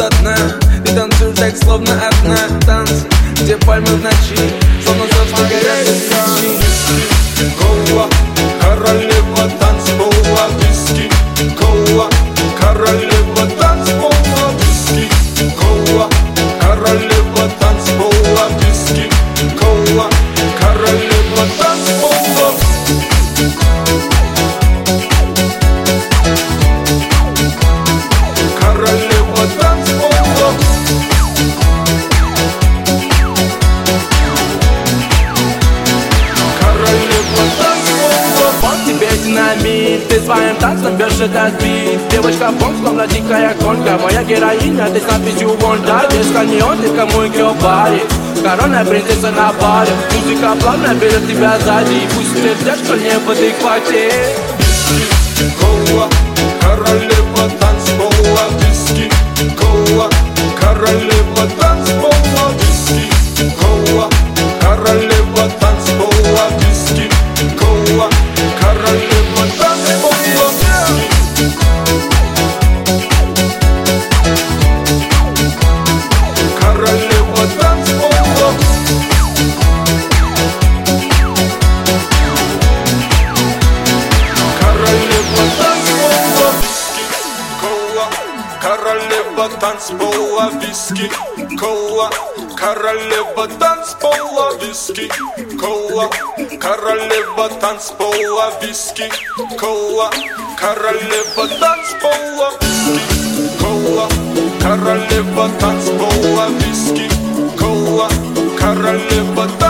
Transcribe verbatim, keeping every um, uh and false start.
одна. Ты танцуешь так, словно одна. Танцы, где пальмы в ночи, словно завтра горят свечи. Кола, королева танцпола, виски. Кола, королева танцпола, виски. Кола, королева танцпола, виски. Кола, королева танцпола. Королева танцпола. Королева танцпола. Вот тебе динамит, ты своим танцем бьешь этот бит. Девочка бомб, словно дикая гонка. Моя героиня, ты с надписью Wonder. Без каньон, ты кому играл в баре. Коронная принцесса на баре. Музыка плавно берет тебя сзади. И пусть сердечко не в адеквате. Кола, королева танцпола, виски. Кола, королева танцпола, виски. Кола, королева танцпола, виски. Кола, королева танцпола. Королева танцпола. Королева танцпола. Кола, королева танцпола, виски. Кола, королева танцпола, виски. Кола, королева танцпола, виски. Кола, королева танцпола, виски. Кола, королева танцпола, виски. Кола, королева танцпола.